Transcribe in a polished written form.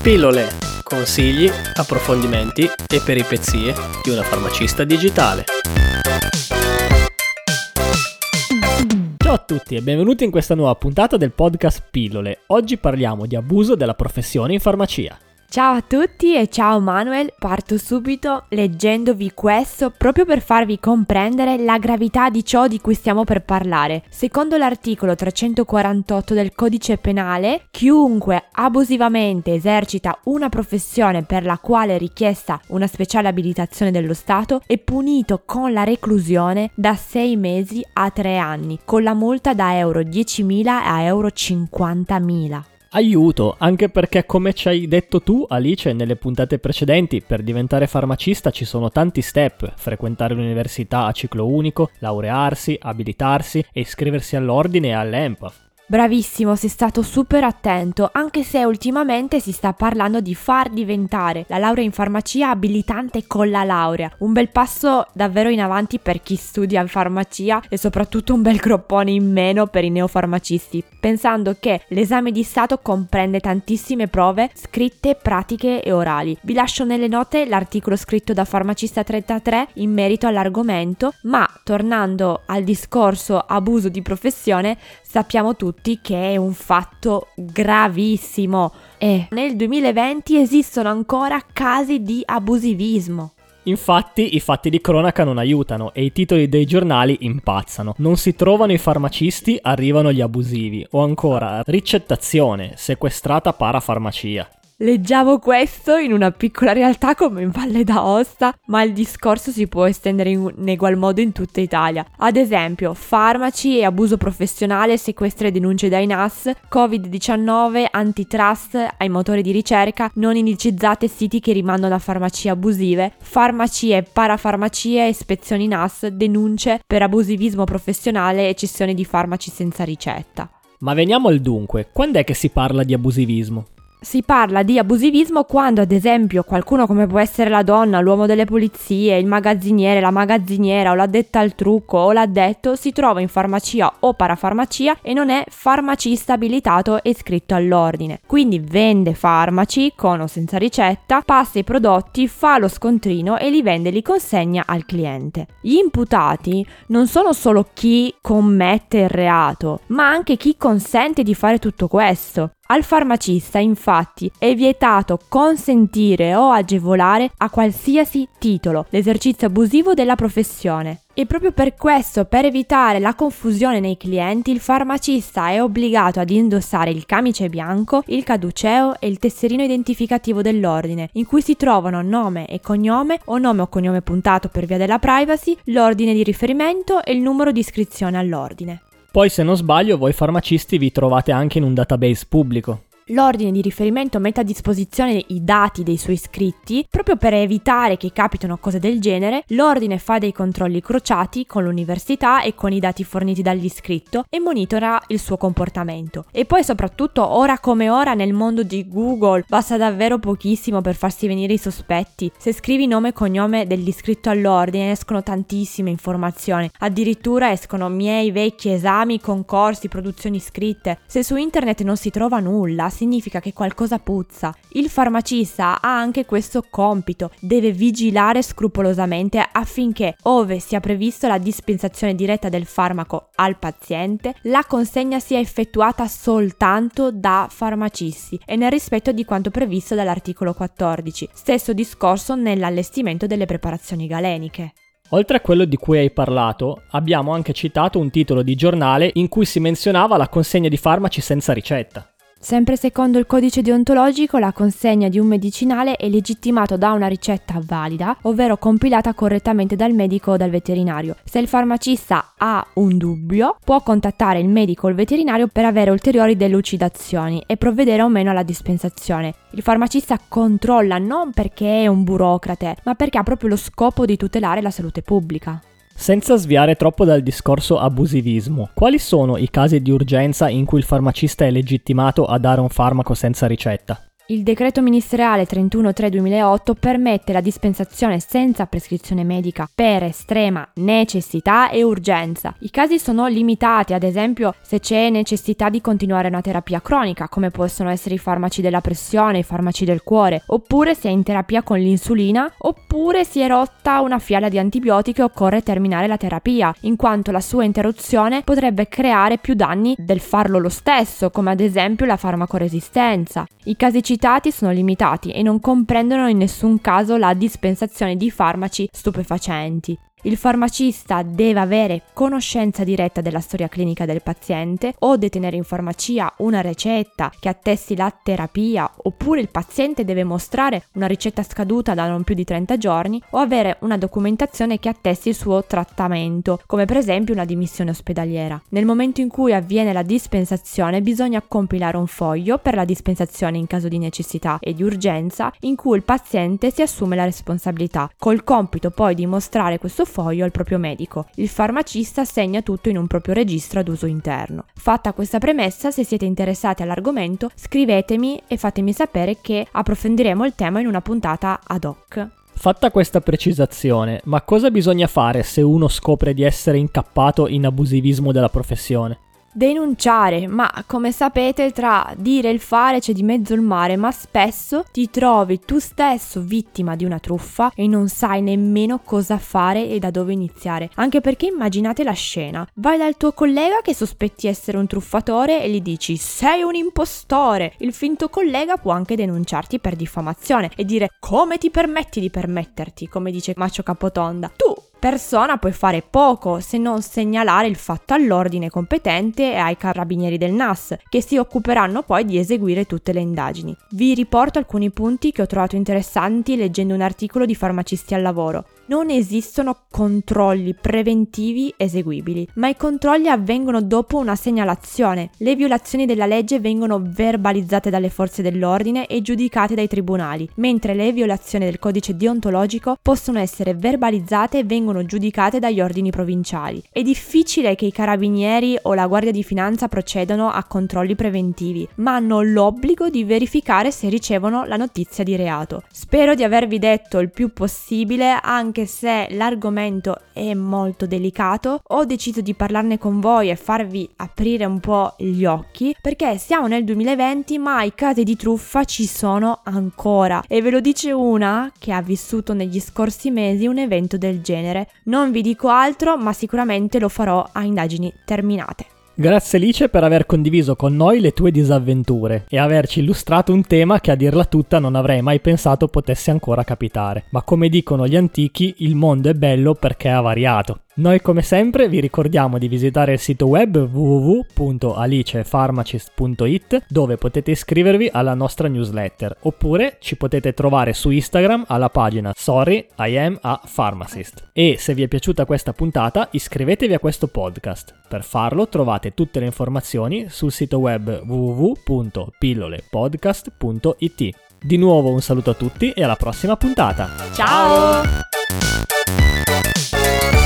Pillole, consigli, approfondimenti e peripezie di una farmacista digitale. Ciao a tutti e benvenuti in questa nuova puntata del podcast Pillole. Oggi parliamo di abuso della professione in farmacia. Ciao a tutti e ciao Manuel, parto subito leggendovi questo proprio per farvi comprendere la gravità di ciò di cui stiamo per parlare. Secondo l'articolo 348 del Codice Penale, chiunque abusivamente esercita una professione per la quale è richiesta una speciale abilitazione dello Stato è punito con la reclusione da 6 mesi a 3 anni, con la multa da euro 10.000 a euro 50.000. Aiuto, anche perché come ci hai detto tu, Alice, nelle puntate precedenti, per diventare farmacista ci sono tanti step: frequentare l'università a ciclo unico, laurearsi, abilitarsi e iscriversi all'ordine e all'ENPAF. Bravissimo, sei stato super attento, anche se ultimamente si sta parlando di far diventare la laurea in farmacia abilitante con la laurea. Un bel passo davvero in avanti per chi studia in farmacia e soprattutto un bel groppone in meno per i neofarmacisti, pensando che l'esame di Stato comprende tantissime prove scritte, pratiche e orali. Vi lascio nelle note l'articolo scritto da Farmacista 33 in merito all'argomento, ma tornando al discorso abuso di professione, sappiamo tutti che è un fatto gravissimo e nel 2020 esistono ancora casi di abusivismo. Infatti i fatti di cronaca non aiutano e i titoli dei giornali impazzano. Non si trovano i farmacisti, arrivano gli abusivi. O ancora, ricettazione, sequestrata parafarmacia. Leggiamo questo in una piccola realtà come in Valle d'Aosta, ma il discorso si può estendere in egual modo in tutta Italia. Ad esempio, farmaci e abuso professionale, sequestri e denunce dai NAS, Covid-19, antitrust ai motori di ricerca, non indicizzate e siti che rimandano a farmacie abusive, farmacie, parafarmacie, ispezioni NAS, denunce per abusivismo professionale e cessione di farmaci senza ricetta. Ma veniamo al dunque, quando è che si parla di abusivismo? Si parla di abusivismo quando, ad esempio, qualcuno come può essere la donna, l'uomo delle pulizie, il magazziniere, la magazziniera o l'addetta al trucco o l'addetto si trova in farmacia o parafarmacia e non è farmacista abilitato e iscritto all'ordine. Quindi vende farmaci con o senza ricetta, passa i prodotti, fa lo scontrino e li vende e li consegna al cliente. Gli imputati non sono solo chi commette il reato, ma anche chi consente di fare tutto questo. Al farmacista, infatti, è vietato consentire o agevolare a qualsiasi titolo l'esercizio abusivo della professione. E proprio per questo, per evitare la confusione nei clienti, il farmacista è obbligato ad indossare il camice bianco, il caduceo e il tesserino identificativo dell'ordine, in cui si trovano nome e cognome o nome o cognome puntato per via della privacy, l'ordine di riferimento e il numero di iscrizione all'ordine. Poi, se non sbaglio, voi farmacisti vi trovate anche in un database pubblico. L'ordine di riferimento mette a disposizione i dati dei suoi iscritti proprio per evitare che capitino cose del genere. L'ordine fa dei controlli crociati con l'università e con i dati forniti dall'iscritto e monitora il suo comportamento. E poi soprattutto ora come ora nel mondo di Google basta davvero pochissimo per farsi venire i sospetti. Se scrivi nome e cognome dell'iscritto all'ordine escono tantissime informazioni, addirittura escono miei vecchi esami, concorsi, produzioni scritte. Se su internet non si trova nulla significa che qualcosa puzza. Il farmacista ha anche questo compito, deve vigilare scrupolosamente affinché, ove sia previsto la dispensazione diretta del farmaco al paziente, la consegna sia effettuata soltanto da farmacisti e nel rispetto di quanto previsto dall'articolo 14. Stesso discorso nell'allestimento delle preparazioni galeniche. Oltre a quello di cui hai parlato, abbiamo anche citato un titolo di giornale in cui si menzionava la consegna di farmaci senza ricetta. Sempre secondo il codice deontologico, la consegna di un medicinale è legittimato da una ricetta valida, ovvero compilata correttamente dal medico o dal veterinario. Se il farmacista ha un dubbio, può contattare il medico o il veterinario per avere ulteriori delucidazioni e provvedere o meno alla dispensazione. Il farmacista controlla non perché è un burocrate, ma perché ha proprio lo scopo di tutelare la salute pubblica. Senza sviare troppo dal discorso abusivismo, quali sono i casi di urgenza in cui il farmacista è legittimato a dare un farmaco senza ricetta? Il decreto ministeriale 31/3/2008 permette la dispensazione senza prescrizione medica per estrema necessità e urgenza. I casi sono limitati, ad esempio se c'è necessità di continuare una terapia cronica, come possono essere i farmaci della pressione, i farmaci del cuore, oppure se è in terapia con l'insulina, oppure si è rotta una fiala di antibiotici e occorre terminare la terapia, in quanto la sua interruzione potrebbe creare più danni del farlo lo stesso, come ad esempio la farmacoresistenza. I casi citati sono limitati e non comprendono in nessun caso la dispensazione di farmaci stupefacenti. Il farmacista deve avere conoscenza diretta della storia clinica del paziente o detenere in farmacia una ricetta che attesti la terapia, oppure il paziente deve mostrare una ricetta scaduta da non più di 30 giorni o avere una documentazione che attesti il suo trattamento, come per esempio una dimissione ospedaliera. Nel momento in cui avviene la dispensazione bisogna compilare un foglio per la dispensazione in caso di necessità e di urgenza, in cui il paziente si assume la responsabilità, col compito poi di mostrare questo foglio al proprio medico. Il farmacista segna tutto in un proprio registro ad uso interno. Fatta questa premessa, se siete interessati all'argomento, scrivetemi e fatemi sapere che approfondiremo il tema in una puntata ad hoc. Fatta questa precisazione, ma cosa bisogna fare se uno scopre di essere incappato in abusivismo della professione? Denunciare, ma come sapete tra dire e il fare c'è di mezzo il mare, ma spesso ti trovi tu stesso vittima di una truffa e non sai nemmeno cosa fare e da dove iniziare. Anche perché immaginate la scena: vai dal tuo collega che sospetti essere un truffatore e gli dici sei un impostore. Il finto collega può anche denunciarti per diffamazione e dire come ti permetti di permetterti, come dice Macio Capotonda. Tu persona puoi fare poco se non segnalare il fatto all'ordine competente e ai carabinieri del NAS, che si occuperanno poi di eseguire tutte le indagini. Vi riporto alcuni punti che ho trovato interessanti leggendo un articolo di Farmacisti al Lavoro. Non esistono controlli preventivi eseguibili, ma i controlli avvengono dopo una segnalazione. Le violazioni della legge vengono verbalizzate dalle forze dell'ordine e giudicate dai tribunali, mentre le violazioni del codice deontologico possono essere verbalizzate e vengono giudicate dagli ordini provinciali. È difficile che i carabinieri o la Guardia di Finanza procedano a controlli preventivi, ma hanno l'obbligo di verificare se ricevono la notizia di reato. Spero di avervi detto il più possibile, anche se l'argomento è molto delicato. Ho deciso di parlarne con voi e farvi aprire un po' gli occhi, perché siamo nel 2020 ma i casi di truffa ci sono ancora, e ve lo dice una che ha vissuto negli scorsi mesi un evento del genere. Non vi dico altro, ma sicuramente lo farò a indagini terminate. Grazie Alice per aver condiviso con noi le tue disavventure e averci illustrato un tema che a dirla tutta non avrei mai pensato potesse ancora capitare. Ma come dicono gli antichi, il mondo è bello perché è variato. Noi come sempre vi ricordiamo di visitare il sito web www.alicepharmacist.it, dove potete iscrivervi alla nostra newsletter, oppure ci potete trovare su Instagram alla pagina Sorry I am a Pharmacist. E se vi è piaciuta questa puntata iscrivetevi a questo podcast. Per farlo trovate tutte le informazioni sul sito web www.pillolepodcast.it. Di nuovo un saluto a tutti e alla prossima puntata. Ciao!